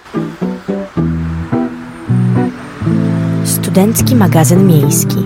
Studencki magazyn miejski.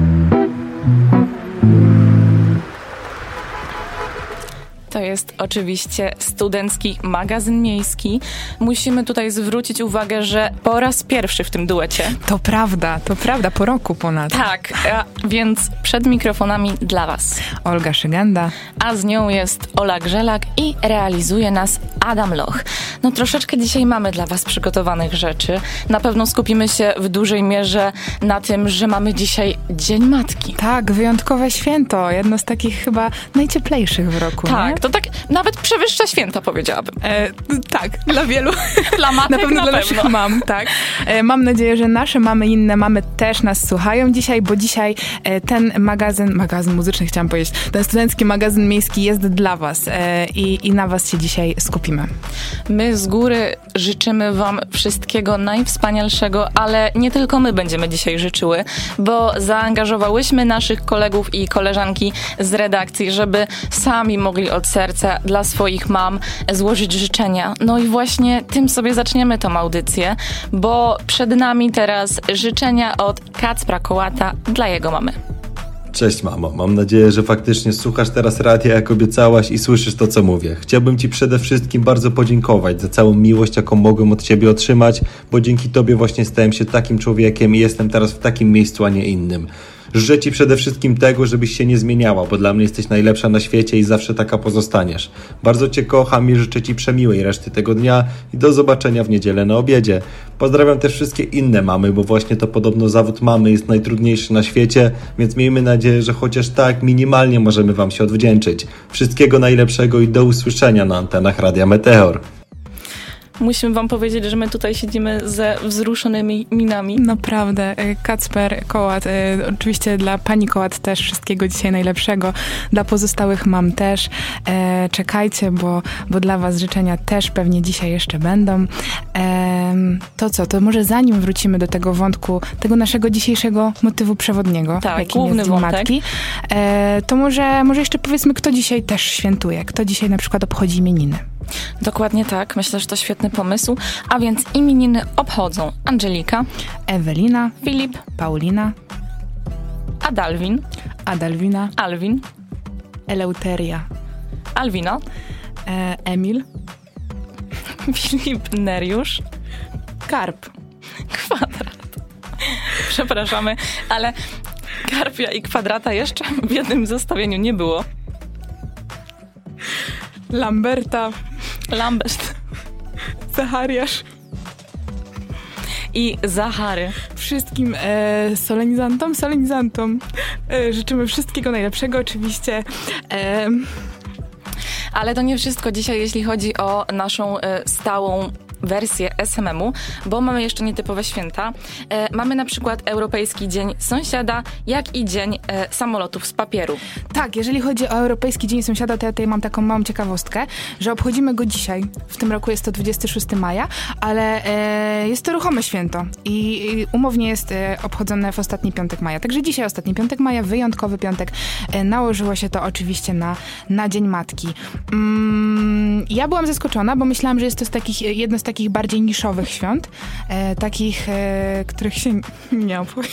To jest oczywiście Studencki magazyn miejski. Musimy tutaj zwrócić uwagę, że po raz pierwszy w tym duecie. To prawda, po roku ponad. Tak, więc przed mikrofonami dla was Olga Szyganda. A z nią jest Ola Grzelak i realizuje nas Adam Loch. No troszeczkę dzisiaj mamy dla was przygotowanych rzeczy. Na pewno skupimy się w dużej mierze na tym, że mamy dzisiaj Dzień Matki. Tak, wyjątkowe święto. Jedno z takich chyba najcieplejszych w roku. Tak, nie? to tak nawet przewyższa święta, powiedziałabym. Tak, dla wielu. Dla matek na pewno. Dla naszych mam, tak. Mam nadzieję, że nasze mamy, inne mamy też nas słuchają dzisiaj, bo dzisiaj ten magazyn muzyczny chciałam powiedzieć, ten studencki magazyn miejski jest dla was i na was się dzisiaj skupimy. My z góry życzymy wam wszystkiego najwspanialszego, ale nie tylko my będziemy dzisiaj życzyły, bo zaangażowałyśmy naszych kolegów i koleżanki z redakcji, żeby sami mogli od serca dla swoich mam złożyć życzenia. No i właśnie tym sobie zaczniemy tą audycję, bo przed nami teraz życzenia od Kacpra Kołata dla jego mamy. Cześć mamo, mam nadzieję, że faktycznie słuchasz teraz radia, jak obiecałaś i słyszysz to, co mówię. Chciałbym ci przede wszystkim bardzo podziękować za całą miłość, jaką mogłem od ciebie otrzymać, bo dzięki tobie właśnie stałem się takim człowiekiem i jestem teraz w takim miejscu, a nie innym. Życzę ci przede wszystkim tego, żebyś się nie zmieniała, bo dla mnie jesteś najlepsza na świecie i zawsze taka pozostaniesz. Bardzo cię kocham i życzę ci przemiłej reszty tego dnia i do zobaczenia w niedzielę na obiedzie. Pozdrawiam też wszystkie inne mamy, bo właśnie to podobno zawód mamy jest najtrudniejszy na świecie, więc miejmy nadzieję, że chociaż tak minimalnie możemy wam się odwdzięczyć. Wszystkiego najlepszego i do usłyszenia na antenach Radia Meteor. Musimy wam powiedzieć, że my tutaj siedzimy ze wzruszonymi minami. Naprawdę. Kacper Kołat, oczywiście dla pani Kołat też wszystkiego dzisiaj najlepszego, dla pozostałych mam też. Czekajcie, bo dla was życzenia też pewnie dzisiaj jeszcze będą. To może zanim wrócimy do tego wątku, tego naszego dzisiejszego motywu przewodniego, tak, jakim główny jest Dzień wątek. Matki, to może jeszcze powiedzmy, kto dzisiaj też świętuje, kto dzisiaj na przykład obchodzi imieniny. Dokładnie tak, myślę, że to świetny pomysł. A więc imieniny obchodzą Angelika, Ewelina, Filip, Paulina, Adalwina, Alwin, Eleuteria, Alwina, Emil, Filip Neriusz, Karp, Kwadrat. Przepraszamy, ale Karpia i Kwadrata jeszcze w jednym zestawieniu nie było. Lamberta, Lambert Zachariasz i Zachary. Wszystkim solenizantom życzymy wszystkiego najlepszego oczywiście. Ale to nie wszystko dzisiaj, jeśli chodzi o naszą stałą wersję SMM-u, bo mamy jeszcze nietypowe święta. Mamy na przykład Europejski Dzień Sąsiada, jak i Dzień Samolotów z Papieru. Tak, jeżeli chodzi o Europejski Dzień Sąsiada, to ja tutaj mam taką małą ciekawostkę, że obchodzimy go dzisiaj. W tym roku jest to 26 maja, ale jest to ruchome święto i umownie jest obchodzone w ostatni piątek maja. Także dzisiaj ostatni piątek maja, wyjątkowy piątek. Nałożyło się to oczywiście na Dzień Matki. Ja byłam zaskoczona, bo myślałam, że jest to jedno z takich bardziej niszowych świąt, takich, których się nie obchodzi.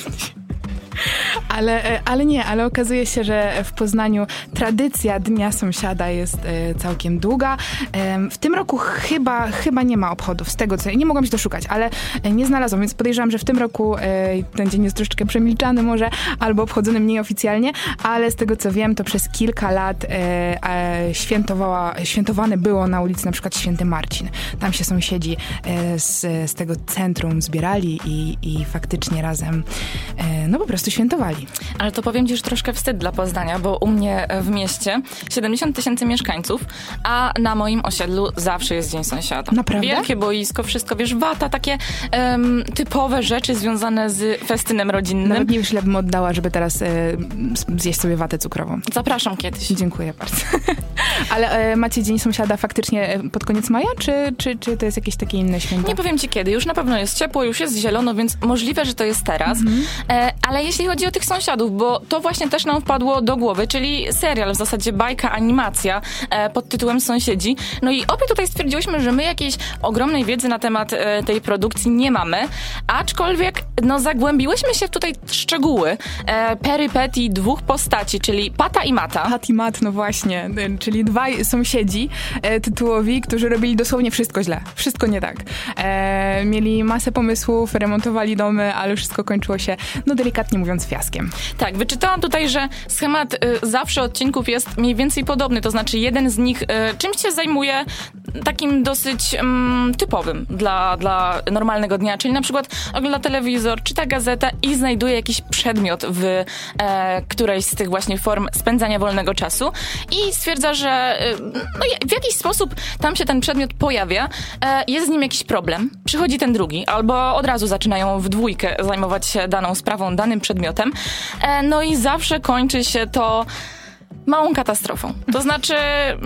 Ale okazuje się, że w Poznaniu tradycja Dnia Sąsiada jest całkiem długa. W tym roku chyba nie ma obchodów, z tego co nie mogłam się doszukać, ale nie znalazłam, więc podejrzewam, że w tym roku ten dzień jest troszeczkę przemilczany może, albo obchodzony mniej oficjalnie, ale z tego co wiem, to przez kilka lat świętowane było na ulicy na przykład Święty Marcin. Tam się sąsiedzi z tego centrum zbierali i faktycznie razem po prostu świętowali. Ale to powiem ci, że troszkę wstyd dla Poznania, bo u mnie w mieście 70 000 mieszkańców, a na moim osiedlu zawsze jest Dzień Sąsiada. Naprawdę? Wielkie boisko, wszystko, wiesz, wata, takie typowe rzeczy związane z festynem rodzinnym. Nawet nie wiesz, ile bym oddała, żeby teraz zjeść sobie watę cukrową. Zapraszam kiedyś. Dziękuję bardzo. Ale macie Dzień Sąsiada faktycznie pod koniec maja, czy to jest jakieś takie inne święto? Nie powiem ci kiedy. Już na pewno jest ciepło, już jest zielono, więc możliwe, że to jest teraz. Ale jeśli chodzi o tych sąsiadów, bo to właśnie też nam wpadło do głowy, czyli serial, w zasadzie bajka, animacja pod tytułem Sąsiedzi. No i obie tutaj stwierdziłyśmy, że my jakiejś ogromnej wiedzy na temat tej produkcji nie mamy, aczkolwiek zagłębiłyśmy się tutaj w szczegóły perypetii dwóch postaci, czyli Pata i Mata. Pat i Mat, no właśnie, czyli dwaj sąsiedzi tytułowi, którzy robili dosłownie wszystko źle. Wszystko nie tak. Mieli masę pomysłów, remontowali domy, ale wszystko kończyło się, delikatnie mówiąc, fiaskiem. Tak, wyczytałam tutaj, że schemat zawsze odcinków jest mniej więcej podobny, to znaczy jeden z nich czymś się zajmuje takim dosyć typowym dla normalnego dnia, czyli na przykład ogląda telewizor, czyta gazetę i znajduje jakiś przedmiot w którejś z tych właśnie form spędzania wolnego czasu i stwierdza, że w jakiś sposób tam się ten przedmiot pojawia, jest z nim jakiś problem, przychodzi ten drugi, albo od razu zaczynają w dwójkę zajmować się daną sprawą, danym przedmiotem, i zawsze kończy się to małą katastrofą. To znaczy...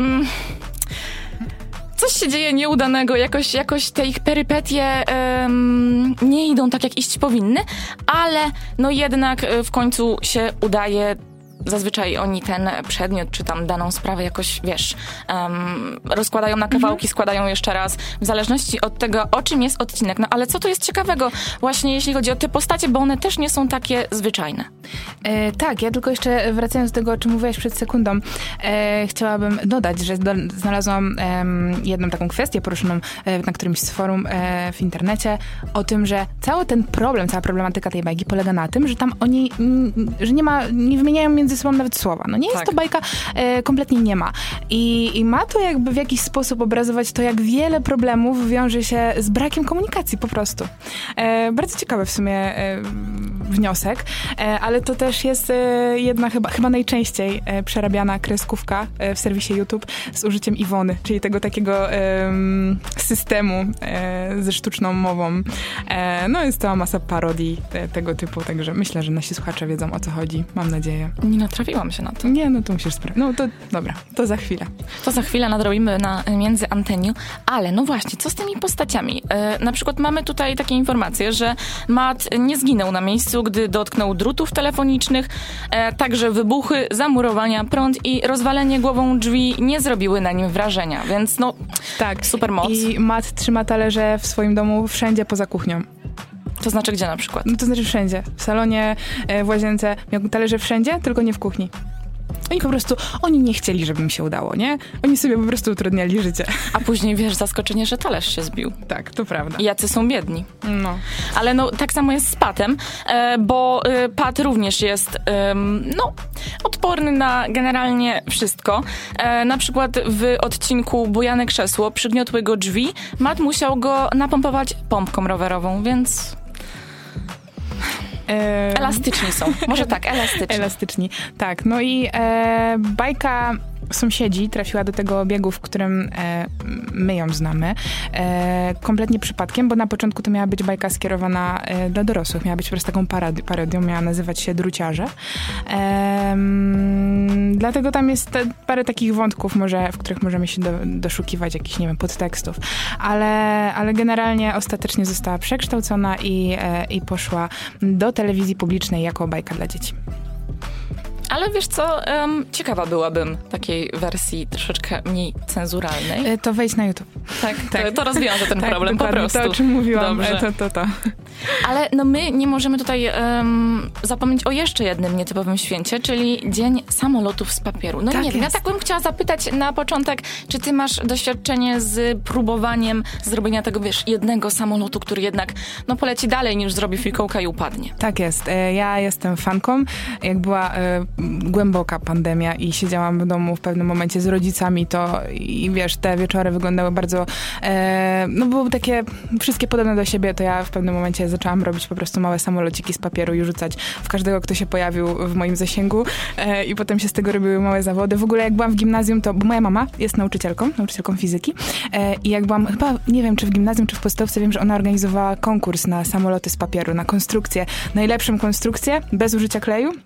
coś się dzieje nieudanego, jakoś te ich perypetie nie idą tak, jak iść powinny, ale jednak w końcu się udaje. Zazwyczaj oni ten przedmiot, czy tam daną sprawę jakoś, rozkładają na kawałki, składają jeszcze raz, w zależności od tego, o czym jest odcinek. No ale co tu jest ciekawego właśnie, jeśli chodzi o te postacie, bo one też nie są takie zwyczajne. Tak, ja tylko jeszcze wracając do tego, o czym mówiłaś przed sekundą, chciałabym dodać, że znalazłam jedną taką kwestię poruszoną na którymś z forum w internecie, o tym, że cały ten problem, cała problematyka tej bajki polega na tym, że tam oni, że nie wymieniają między sobą nawet słowa. Nie jest to bajka, kompletnie nie ma. I ma to jakby w jakiś sposób obrazować to, jak wiele problemów wiąże się z brakiem komunikacji po prostu. Bardzo ciekawy w sumie wniosek, ale to też jest jedna chyba najczęściej przerabiana kreskówka w serwisie YouTube z użyciem Iwony, czyli tego takiego systemu ze sztuczną mową. Jest cała masa parodii tego typu, także myślę, że nasi słuchacze wiedzą, o co chodzi. Mam nadzieję. Nie natrafiłam się na to. Nie, to musisz sprawdzić. To dobra, to za chwilę. To za chwilę nadrobimy na między anteniu, ale właśnie, co z tymi postaciami? Na przykład mamy tutaj takie informacje, że Matt nie zginął na miejscu, gdy dotknął drutów telefonicznych, także wybuchy, zamurowania, prąd i rozwalenie głową drzwi nie zrobiły na nim wrażenia, więc tak, super moc. I Matt trzyma talerze w swoim domu wszędzie poza kuchnią. To znaczy gdzie na przykład? To znaczy wszędzie. W salonie, w łazience, miał talerze wszędzie, tylko nie w kuchni. Oni nie chcieli, żeby mi się udało, nie? Oni sobie po prostu utrudniali życie. A później, zaskoczenie, że talerz się zbił. Tak, to prawda. I jacy są biedni. Ale tak samo jest z Patem, bo Pat również jest, odporny na generalnie wszystko. Na przykład w odcinku Bujane krzesło przygniotły go drzwi, Matt musiał go napompować pompką rowerową, więc... Elastyczni są. Może tak, elastyczni. Elastyczni, tak. I bajka Sąsiedzi trafiła do tego obiegu, w którym my ją znamy. Kompletnie przypadkiem, bo na początku to miała być bajka skierowana dla dorosłych. Miała być po prostu taką parodią, miała nazywać się Druciarze. Dlatego tam jest parę takich wątków może, w których możemy się doszukiwać jakichś, podtekstów. Ale generalnie ostatecznie została przekształcona i poszła do telewizji publicznej jako bajka dla dzieci. Ale wiesz co, ciekawa byłabym takiej wersji troszeczkę mniej cenzuralnej. To wejdź na YouTube. Tak. To rozwiąże ten problem po prostu. To, o czym mówiłam, dobrze. To. Ale my nie możemy tutaj zapomnieć o jeszcze jednym nietypowym święcie, czyli Dzień Samolotów z Papieru. Tak nie wiem, ja tak bym chciała zapytać na początek, czy ty masz doświadczenie z próbowaniem zrobienia tego, jednego samolotu, który jednak poleci dalej niż zrobi fikołka i upadnie. Tak jest. Ja jestem fanką. Jak była głęboka pandemia i siedziałam w domu w pewnym momencie z rodzicami, to te wieczory wyglądały bardzo, były takie wszystkie podobne do siebie, to ja w pewnym momencie zaczęłam robić po prostu małe samolociki z papieru i rzucać w każdego, kto się pojawił w moim zasięgu i potem się z tego robiły małe zawody. W ogóle jak byłam w gimnazjum, bo moja mama jest nauczycielką fizyki i jak byłam, chyba nie wiem, czy w gimnazjum, czy w podstawce, wiem, że ona organizowała konkurs na samoloty z papieru, na konstrukcję, najlepszą konstrukcję bez użycia kleju.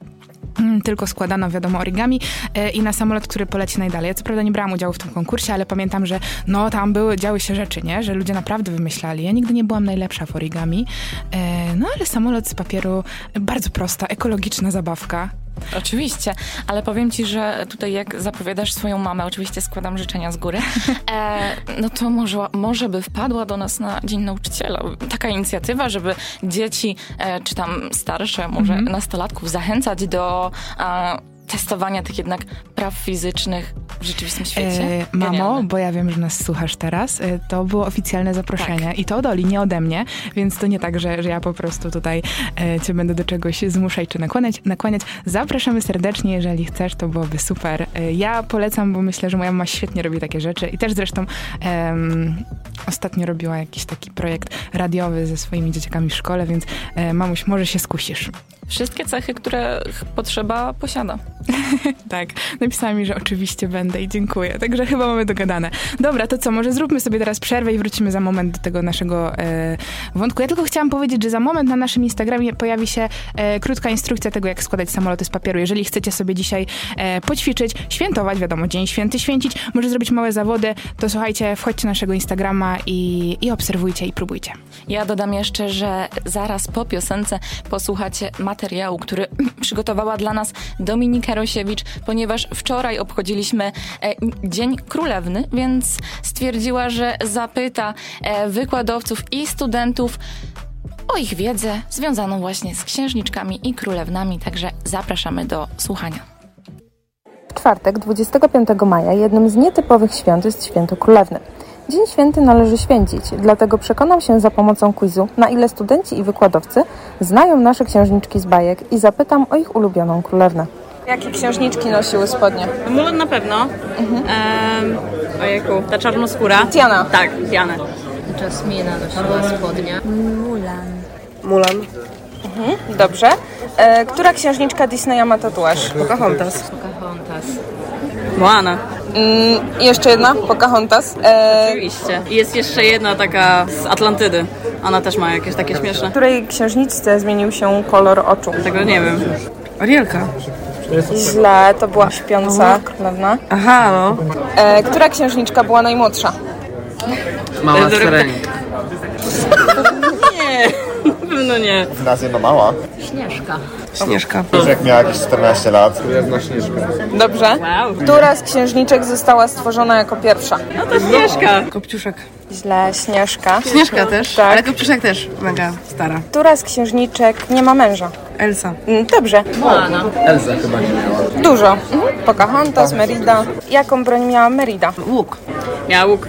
tylko składano, wiadomo, origami i na samolot, który poleci najdalej. Ja co prawda nie brałam udziału w tym konkursie, ale pamiętam, że tam działy się rzeczy, nie? Że ludzie naprawdę wymyślali. Ja nigdy nie byłam najlepsza w origami, ale samolot z papieru, bardzo prosta, ekologiczna zabawka. Oczywiście, ale powiem ci, że tutaj jak zapowiadasz swoją mamę, oczywiście składam życzenia z góry, no to może by wpadła do nas na Dzień Nauczyciela. Taka inicjatywa, żeby dzieci, czy tam starsze, może nastolatków zachęcać do testowania tych jednak praw fizycznych w rzeczywistym świecie. Mamo, bo ja wiem, że nas słuchasz teraz, to było oficjalne zaproszenie i to od Oli, nie ode mnie, więc to nie tak, że ja po prostu tutaj cię będę do czegoś zmuszać czy nakłaniać. Zapraszamy serdecznie, jeżeli chcesz, to byłoby super. Ja polecam, bo myślę, że moja mama świetnie robi takie rzeczy i też zresztą ostatnio robiła jakiś taki projekt radiowy ze swoimi dzieciakami w szkole, więc mamuś, może się skusisz. Wszystkie cechy, które potrzeba, posiada. Tak, napisała mi, że oczywiście będę i dziękuję, także chyba mamy dogadane. Dobra, to co, może zróbmy sobie teraz przerwę i wrócimy za moment do tego naszego wątku. Ja tylko chciałam powiedzieć, że za moment na naszym Instagramie pojawi się krótka instrukcja tego, jak składać samoloty z papieru. Jeżeli chcecie sobie dzisiaj poćwiczyć, świętować, wiadomo, Dzień Święty święcić, może zrobić małe zawody, to słuchajcie, wchodźcie na naszego Instagrama i obserwujcie i próbujcie. Ja dodam jeszcze, że zaraz po piosence posłuchacie materiału, który przygotowała dla nas Dominika Rosiewicz, ponieważ wczoraj obchodziliśmy Dzień Królewny, więc stwierdziła, że zapyta wykładowców i studentów o ich wiedzę związaną właśnie z księżniczkami i królewnami, także zapraszamy do słuchania. W czwartek, 25 maja, jednym z nietypowych świąt jest Święto Królewny. Dzień Święty należy święcić, dlatego przekonam się za pomocą quizu, na ile studenci i wykładowcy znają nasze księżniczki z bajek i zapytam o ich ulubioną królewnę. Jakie księżniczki nosiły spodnie? Mulan na pewno. Ojejku, ta czarnoskóra. Tiana. Tak, Tiana. Jasmina nosiła spodnie. Mulan. Dobrze. Która księżniczka Disneya ma tatuaż? Pocahontas. Moana. Jeszcze jedna, Pocahontas. Oczywiście. I jest jeszcze jedna taka z Atlantydy. Ona też ma jakieś takie śmieszne. Której księżniczce zmienił się kolor oczu? Tego nie wiem. Arielka. Źle, to była śpiąca królewna. Aha, no. Która księżniczka była najmłodsza? Mała Serenik. Nie, na pewno nie. Gimnazja ma mała. Śnieżka. Jak miała jakieś 14 lat. Dobrze. Wow. Która z księżniczek została stworzona jako pierwsza? No to Śnieżka. Kopciuszek. Źle, Śnieżka. Śnieżka też, Tak. ale Kopciuszek też mega stara. Która z księżniczek nie ma męża? Elsa. Dobrze. Moana. Elza chyba nie miała. Dużo. Pocahontas, Merida. Jaką broń miała Merida? Łuk. Miała łuk.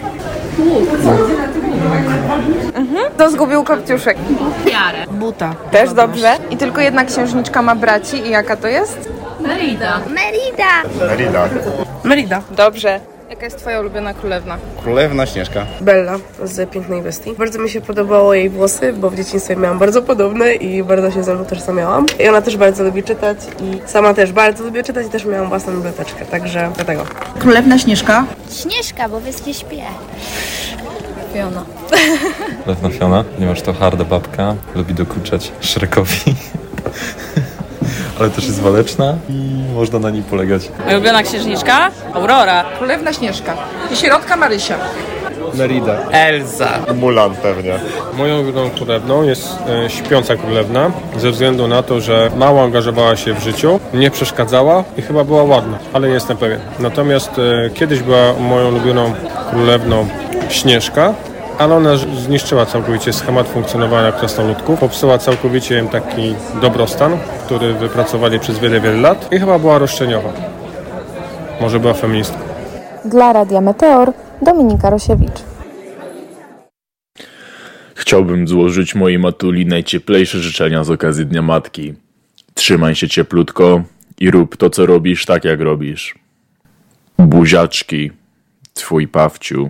Kto zgubił Kopciuszek? Buta. Też dobrze. I tylko jedna księżniczka ma braci. I jaka to jest? Merida. Merida. Merida. Dobrze. Jaka jest twoja ulubiona królewna? Królewna Śnieżka. Bella z Pięknej Bestii. Bardzo mi się podobało jej włosy, bo w dzieciństwie miałam bardzo podobne i bardzo się ze mną tożsamiałam. I ona też bardzo lubi czytać i sama też bardzo lubię czytać i też miałam własną biblioteczkę, także dlatego. Królewna Śnieżka. Śnieżka, bo wyschnie śpie. Fiona. Królewna Fiona, ponieważ to harda babka, lubi dokuczać Shrekowi. Ale też jest waleczna i można na niej polegać. Moja ulubiona księżniczka? Aurora. Królewna Śnieżka. I środka Marysia. Merida. Elza. Mulan pewnie. Moją ulubioną królewną jest śpiąca królewna, ze względu na to, że mało angażowała się w życiu, nie przeszkadzała i chyba była ładna, ale nie jestem pewien. Natomiast kiedyś była moją ulubioną królewną Śnieżka, ale ona zniszczyła całkowicie schemat funkcjonowania krasnoludków, popsuła całkowicie im taki dobrostan, który wypracowali przez wiele, wiele lat i chyba była roszczeniowa. Może była feministką. Dla Radia Meteor Dominika Rosiewicz. Chciałbym złożyć mojej matuli najcieplejsze życzenia z okazji Dnia Matki. Trzymaj się cieplutko i rób to, co robisz, tak jak robisz. Buziaczki, twój Pawciu.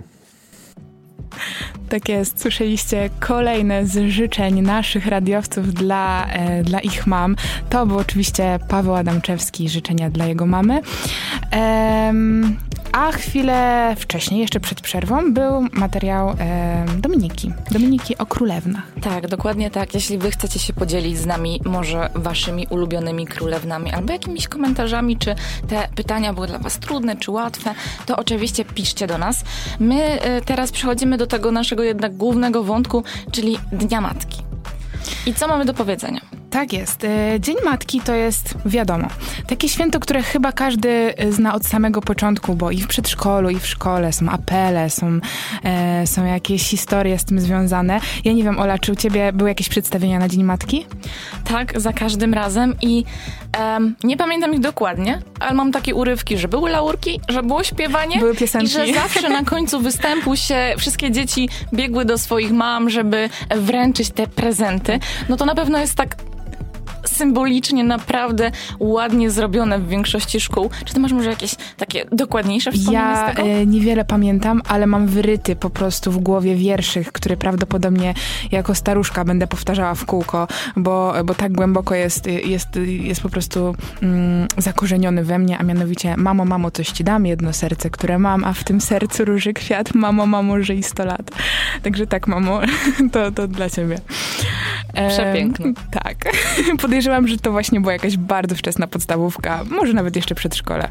Tak jest, słyszeliście kolejne z życzeń naszych radiowców dla ich mam. To był oczywiście Paweł Adamczewski, życzenia dla jego mamy. A chwilę wcześniej, jeszcze przed przerwą, był materiał Dominiki o królewnach. Tak, dokładnie tak. Jeśli wy chcecie się podzielić z nami może waszymi ulubionymi królewnami albo jakimiś komentarzami, czy te pytania były dla was trudne, czy łatwe, to oczywiście piszcie do nas. My teraz przechodzimy do tego naszego jednak głównego wątku, czyli Dnia Matki. I co mamy do powiedzenia? Tak jest. Dzień Matki to jest, wiadomo, takie święto, które chyba każdy zna od samego początku, bo i w przedszkolu, i w szkole są apele, są jakieś historie z tym związane. Ja nie wiem, Ola, czy u ciebie były jakieś przedstawienia na Dzień Matki? Tak, za każdym razem i nie pamiętam ich dokładnie, ale mam takie urywki, że były laurki, że było śpiewanie były piosenki. I że zawsze na końcu występu się wszystkie dzieci biegły do swoich mam, żeby wręczyć te prezenty. No to na pewno jest tak symbolicznie naprawdę ładnie zrobione w większości szkół. Czy ty masz może jakieś takie dokładniejsze wspomnienie z tego? Ja niewiele pamiętam, ale mam wyryty po prostu w głowie wierszyk, który prawdopodobnie jako staruszka będę powtarzała w kółko, bo tak głęboko jest po prostu zakorzeniony we mnie, a mianowicie mamo, mamo, coś ci dam, jedno serce, które mam, a w tym sercu róży kwiat, mamo, mamo, żyj 100 lat. Także tak, mamo, to dla ciebie. Przepiękne. Tak. Podejrzewam, że to właśnie była jakaś bardzo wczesna podstawówka, może nawet jeszcze przedszkole.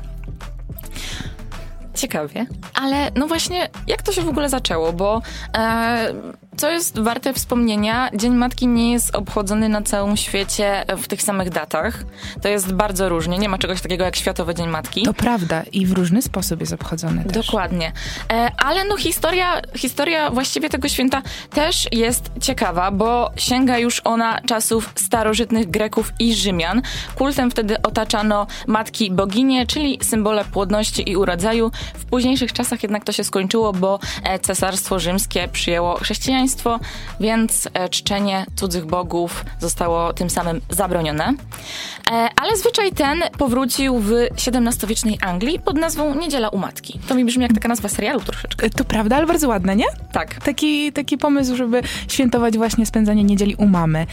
Ciekawie. Ale no właśnie, jak to się w ogóle zaczęło? Bo co jest warte wspomnienia, Dzień Matki nie jest obchodzony na całym świecie w tych samych datach. To jest bardzo różnie. Nie ma czegoś takiego jak Światowy Dzień Matki. To prawda. I w różny sposób jest obchodzony też. Dokładnie. Ale no historia właściwie tego święta też jest ciekawa, bo sięga już ona czasów starożytnych Greków i Rzymian. Kultem wtedy otaczano matki boginie, czyli symbole płodności i urodzaju. W późniejszych czasach jednak to się skończyło, bo Cesarstwo Rzymskie przyjęło chrześcijaństwo, więc czczenie cudzych bogów zostało tym samym zabronione. Ale zwyczaj ten powrócił w XVII-wiecznej Anglii pod nazwą Niedziela u Matki. To mi brzmi jak taka nazwa serialu troszeczkę. To prawda, ale bardzo ładne, nie? Tak. Taki pomysł, żeby świętować właśnie spędzanie niedzieli u mamy.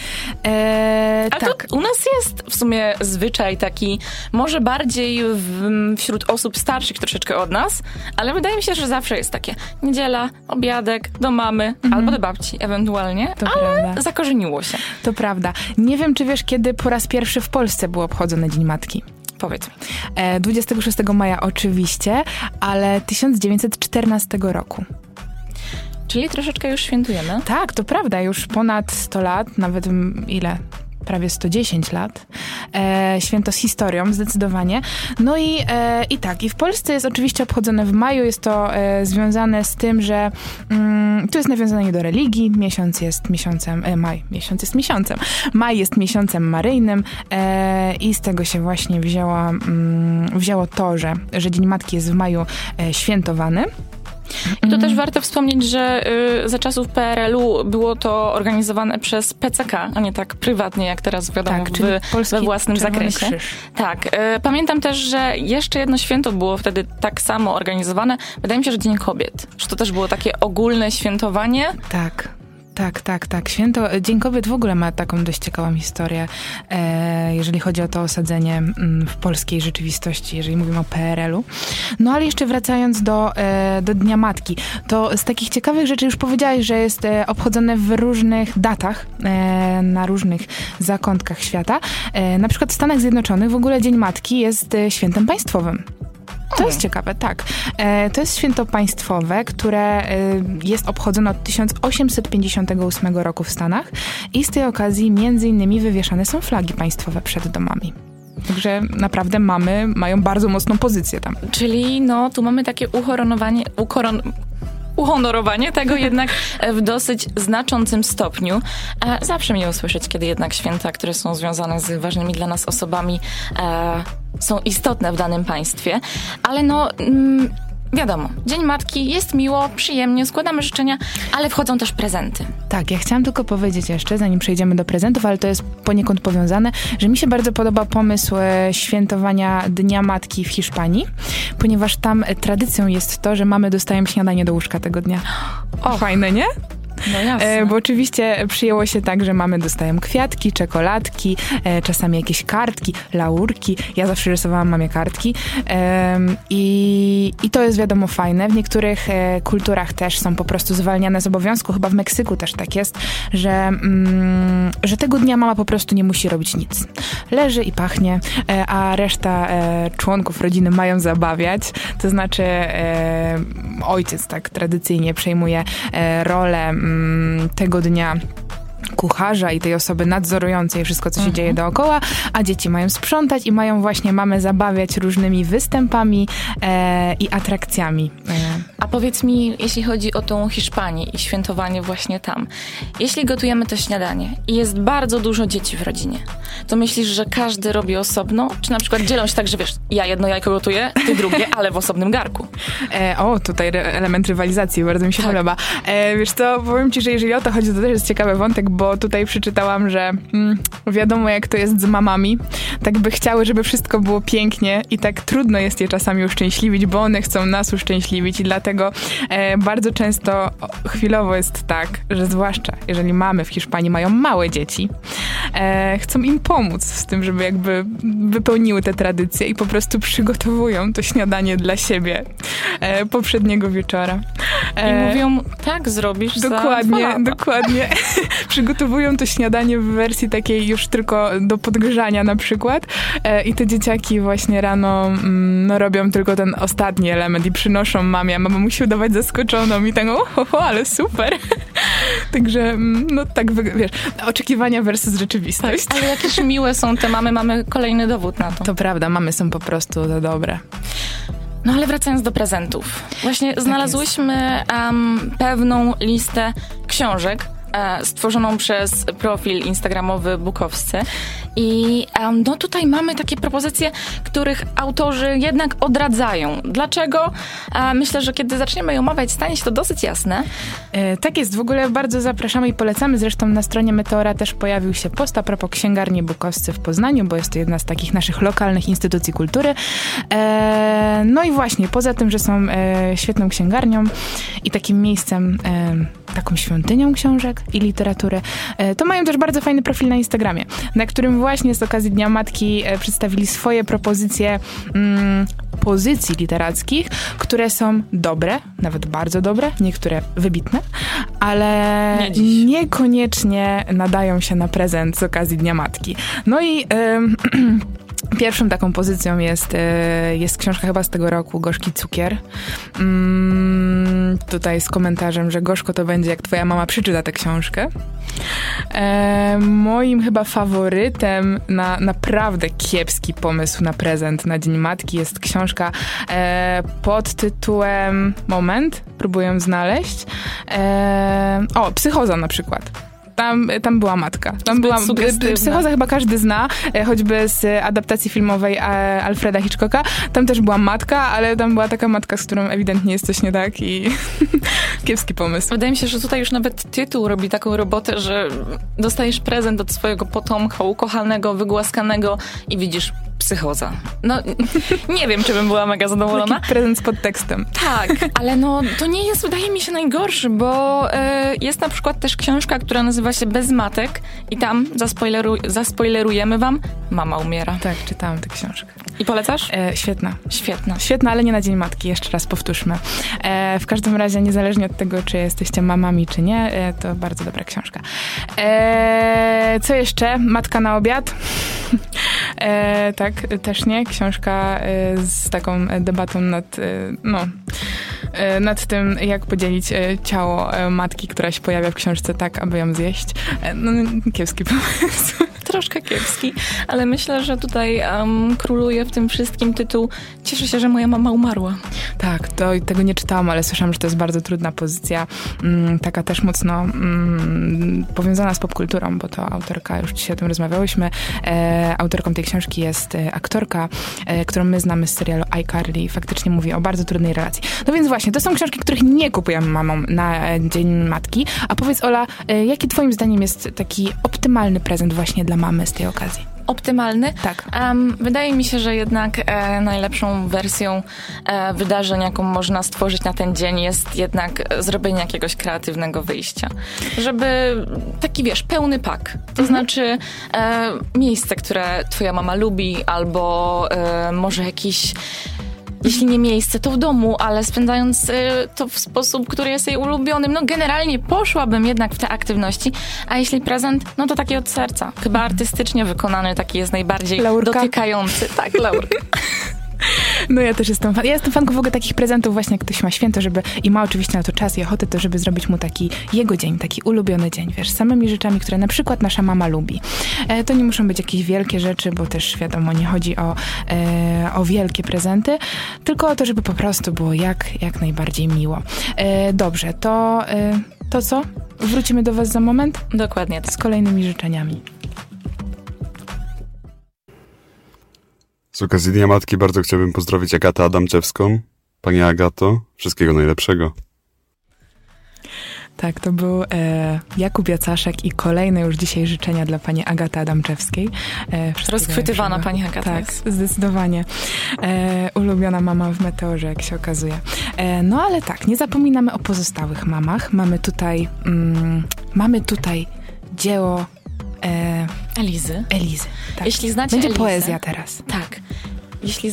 A tak. To u nas jest w sumie zwyczaj taki, może bardziej wśród osób starszych troszeczkę od nas, ale wydaje mi się, że zawsze jest takie niedziela, obiadek, do mamy, albo do babci ewentualnie, to ale prawda. Zakorzeniło się. To prawda. Nie wiem, czy wiesz, kiedy po raz pierwszy w Polsce był obchodzony Dzień Matki. Powiedz. 26 maja oczywiście, ale 1914 roku. Czyli troszeczkę już świętujemy? Tak, to prawda. Już ponad 100 lat, nawet ile? Prawie 110 lat. Święto z historią, zdecydowanie. No i tak, i w Polsce jest oczywiście obchodzone w maju. Jest to związane z tym, że to jest nawiązanie do religii. Miesiąc jest miesiącem, Maj jest miesiącem maryjnym i z tego się właśnie wzięło to, że Dzień Matki jest w maju świętowany. I to też warto wspomnieć, że za czasów PRL-u było to organizowane przez PCK, a nie tak prywatnie, jak teraz wiadomo, tak, we własnym zakresie. Krzyż. Tak. Pamiętam też, że jeszcze jedno święto było wtedy tak samo organizowane. Wydaje mi się, że Dzień Kobiet. Że to też było takie ogólne świętowanie. Tak. Święto Dzień Kobiet w ogóle ma taką dość ciekawą historię, jeżeli chodzi o to osadzenie w polskiej rzeczywistości, jeżeli mówimy o PRL-u. No ale jeszcze wracając do Dnia Matki, to z takich ciekawych rzeczy już powiedziałaś, że jest obchodzone w różnych datach, na różnych zakątkach świata. Na przykład w Stanach Zjednoczonych w ogóle Dzień Matki jest świętem państwowym. To jest ciekawe, tak. To jest święto państwowe, które jest obchodzone od 1858 roku w Stanach i z tej okazji między innymi wywieszane są flagi państwowe przed domami. Także naprawdę mamy mają bardzo mocną pozycję tam. Czyli no, tu mamy takie uhonorowanie tego jednak w dosyć znaczącym stopniu. Zawsze miło słyszeć, kiedy jednak święta, które są związane z ważnymi dla nas osobami, są istotne w danym państwie. Ale no... Wiadomo, Dzień Matki jest miło, przyjemnie, składamy życzenia, ale wchodzą też prezenty. Tak, ja chciałam tylko powiedzieć jeszcze, zanim przejdziemy do prezentów, ale to jest poniekąd powiązane, że mi się bardzo podoba pomysł świętowania Dnia Matki w Hiszpanii, ponieważ tam tradycją jest to, że mamy dostają śniadanie do łóżka tego dnia. O, fajne, nie? No jasne. Bo oczywiście przyjęło się tak, że mamy dostają kwiatki, czekoladki, czasami jakieś kartki, laurki. Ja zawsze rysowałam mamie kartki. I to jest wiadomo fajne. W niektórych kulturach też są po prostu zwalniane z obowiązku. Chyba w Meksyku też tak jest, że tego dnia mama po prostu nie musi robić nic. Leży i pachnie, a reszta członków rodziny mają zabawiać. To znaczy ojciec tak tradycyjnie przejmuje rolę tego dnia kucharza i tej osoby nadzorującej wszystko, co się dzieje dookoła, a dzieci mają sprzątać i mają właśnie mamę zabawiać różnymi występami i atrakcjami. A powiedz mi, jeśli chodzi o tą Hiszpanię i świętowanie właśnie tam, jeśli gotujemy to śniadanie i jest bardzo dużo dzieci w rodzinie, to myślisz, że każdy robi osobno? Czy na przykład dzielą się tak, że wiesz, ja jedno jajko gotuję, ty drugie, ale w osobnym garku? Tutaj element rywalizacji, bardzo mi się podoba. Wiesz co, powiem ci, że jeżeli o to chodzi, to też jest ciekawy wątek, bo tutaj przeczytałam, że wiadomo jak to jest z mamami, tak by chciały, żeby wszystko było pięknie i tak trudno jest je czasami uszczęśliwić, bo one chcą nas uszczęśliwić i dlatego bardzo często chwilowo jest tak, że zwłaszcza jeżeli mamy w Hiszpanii mają małe dzieci, chcą im pomóc z tym, żeby jakby wypełniły te tradycje i po prostu przygotowują to śniadanie dla siebie poprzedniego wieczora. I mówią, tak zrobisz Dokładnie. Przygotowują to śniadanie w wersji takiej już tylko do podgrzania na przykład i te dzieciaki właśnie rano robią tylko ten ostatni element i przynoszą mamie, a mama musi udawać zaskoczoną i tak, ale super. Także, wiesz, oczekiwania versus rzeczywistość. Tak, ale jakieś miłe są te mamy, mamy kolejny dowód na to. To prawda, mamy są po prostu dobre. No ale wracając do prezentów. Właśnie znalazłyśmy pewną listę książek stworzoną przez profil instagramowy Bukowscy. I tutaj mamy takie propozycje, których autorzy jednak odradzają. Dlaczego? Myślę, że kiedy zaczniemy je omawiać, stanie się to dosyć jasne. Tak jest. W ogóle bardzo zapraszamy i polecamy. Zresztą na stronie Meteora też pojawił się post a propos księgarni Bukowscy w Poznaniu, bo jest to jedna z takich naszych lokalnych instytucji kultury. No i właśnie, poza tym, że są świetną księgarnią i takim miejscem, taką świątynią książek i literatury, to mają też bardzo fajny profil na Instagramie, na którym właśnie z okazji Dnia Matki przedstawili swoje propozycje pozycji literackich, które są dobre, nawet bardzo dobre, niektóre wybitne, ale niekoniecznie nadają się na prezent z okazji Dnia Matki. No i pierwszą taką pozycją jest książka chyba z tego roku, Gorzki cukier. Tutaj z komentarzem, że gorzko to będzie, jak twoja mama przeczyta tę książkę. Moim chyba faworytem na naprawdę kiepski pomysł na prezent na Dzień Matki jest książka pod tytułem... Moment, próbuję znaleźć. Psychoza na przykład. Tam była matka. Psychoza chyba każdy zna, choćby z adaptacji filmowej Alfreda Hitchcocka. Tam też była matka, ale tam była taka matka, z którą ewidentnie jest coś nie tak i kiepski pomysł. Wydaje mi się, że tutaj już nawet tytuł robi taką robotę, że dostajesz prezent od swojego potomka, ukochanego, wygłaskanego i widzisz psychoza. No, nie wiem, czy bym była mega zadowolona. Taki prezent z podtekstem. Tak, ale to nie jest, wydaje mi się, najgorszy, bo jest na przykład też książka, która nazywa się Bez matek i tam zaspoilerujemy wam, mama umiera. Tak, czytałam tę książkę. I polecasz? Świetna. Świetna, ale nie na Dzień Matki, jeszcze raz powtórzmy. W każdym razie, niezależnie od tego, czy jesteście mamami, czy nie, to bardzo dobra książka. Co jeszcze? Matka na obiad. Tak, też nie. Książka z taką debatą nad tym, jak podzielić ciało matki, która się pojawia w książce tak, aby ją zjeść. Kiepski pomysł. Troszkę kiepski, ale myślę, że tutaj króluje w tym wszystkim tytuł Cieszę się, że moja mama umarła. Tak, tego nie czytałam, ale słyszałam, że to jest bardzo trudna pozycja, taka też mocno powiązana z popkulturą, bo to autorka, już dzisiaj o tym rozmawiałyśmy, autorką tej książki jest aktorka, którą my znamy z serialu iCarly i faktycznie mówi o bardzo trudnej relacji. No więc właśnie, to są książki, których nie kupujemy mamom na Dzień Matki, a powiedz, Ola, jaki twoim zdaniem jest taki optymalny prezent właśnie dla mamy z tej okazji? Optymalny? Tak. Wydaje mi się, że jednak najlepszą wersją wydarzeń, jaką można stworzyć na ten dzień, jest jednak zrobienie jakiegoś kreatywnego wyjścia. Żeby taki, pełny pak. To znaczy miejsce, które twoja mama lubi, albo może jakiś... Jeśli nie miejsce, to w domu, ale spędzając to w sposób, który jest jej ulubionym. Generalnie poszłabym jednak w te aktywności, a jeśli prezent, to taki od serca. Chyba artystycznie wykonany, taki jest najbardziej dotykający. Tak, laurka. No ja też jestem ja jestem fanką w ogóle takich prezentów właśnie, jak ktoś ma święto, i ma oczywiście na to czas i ochotę, to żeby zrobić mu taki jego dzień, taki ulubiony dzień, z samymi rzeczami, które na przykład nasza mama lubi. To nie muszą być jakieś wielkie rzeczy, bo też wiadomo, nie chodzi o wielkie prezenty, tylko o to, żeby po prostu było jak najbardziej miło. Dobrze, to co? Wrócimy do was za moment? Dokładnie. Z kolejnymi życzeniami. Z okazji Dnia Matki bardzo chciałbym pozdrowić Agatę Adamczewską. Pani Agato, wszystkiego najlepszego. Tak, to był Jakub Jacaszek i kolejne już dzisiaj życzenia dla pani Agaty Adamczewskiej. Rozchwytywana pani Agata. Tak, zdecydowanie. Ulubiona mama w Meteorze, jak się okazuje. No ale tak, nie zapominamy o pozostałych mamach. Mamy tutaj dzieło Elizy. Tak. Jeśli znacie Będzie Elizę, poezja teraz. Tak. Jeśli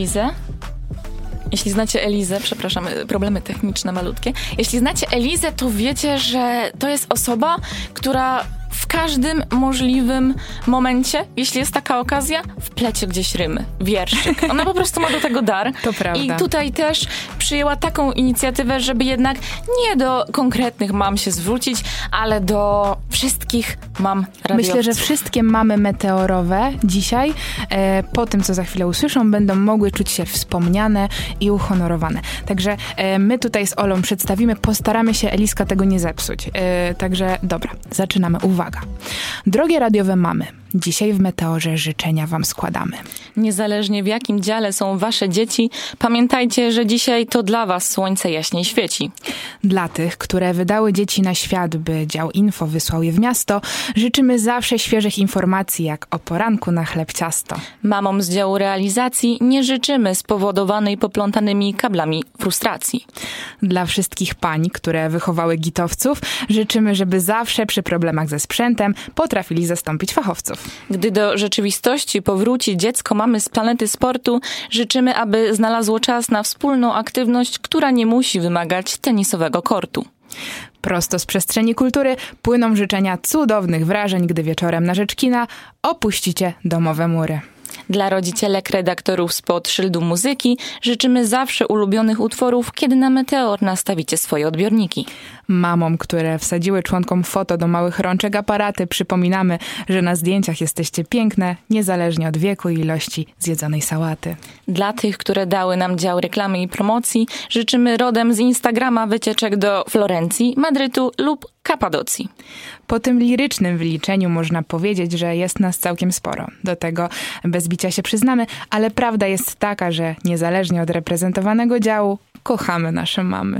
znacie Elizę, przepraszam, problemy techniczne malutkie. Jeśli znacie Elizę, to wiecie, że to jest osoba, która w każdym możliwym momencie, jeśli jest taka okazja, wplecie gdzieś rymy, wierszyk. Ona po prostu ma do tego dar. To prawda. I tutaj też przyjęła taką inicjatywę, żeby jednak nie do konkretnych mam się zwrócić, ale do wszystkich mam radiowców. Myślę, że wszystkie mamy meteorowe dzisiaj, po tym, co za chwilę usłyszą, będą mogły czuć się wspomniane i uhonorowane. Także my tutaj z Olą przedstawimy, postaramy się Eliska tego nie zepsuć. Także dobra, zaczynamy. Uwaga. Drogie radiowe mamy, dzisiaj w Meteorze życzenia wam składamy. Niezależnie w jakim dziale są wasze dzieci, pamiętajcie, że dzisiaj to dla was słońce jaśniej świeci. Dla tych, które wydały dzieci na świat, by dział info wysłał je w miasto, życzymy zawsze świeżych informacji, jak o poranku na chleb ciasto. Mamom z działu realizacji nie życzymy spowodowanej poplątanymi kablami frustracji. Dla wszystkich pań, które wychowały gitowców, życzymy, żeby zawsze przy problemach ze sprzętem potrafili zastąpić fachowców. Gdy do rzeczywistości powróci dziecko mamy z planety sportu, życzymy, aby znalazło czas na wspólną aktywność, która nie musi wymagać tenisowego kortu. Prosto z przestrzeni kultury płyną życzenia cudownych wrażeń, gdy wieczorem na rzecz kina opuścicie domowe mury. Dla rodzicielek redaktorów spod szyldu muzyki życzymy zawsze ulubionych utworów, kiedy na Meteor nastawicie swoje odbiorniki. Mamom, które wsadziły członkom foto do małych rączek aparaty, przypominamy, że na zdjęciach jesteście piękne, niezależnie od wieku i ilości zjedzonej sałaty. Dla tych, które dały nam dział reklamy i promocji, życzymy rodem z Instagrama wycieczek do Florencji, Madrytu lub Kapadocji. Po tym lirycznym wyliczeniu można powiedzieć, że jest nas całkiem sporo. Do tego bez bicia się przyznamy, ale prawda jest taka, że niezależnie od reprezentowanego działu, kochamy nasze mamy.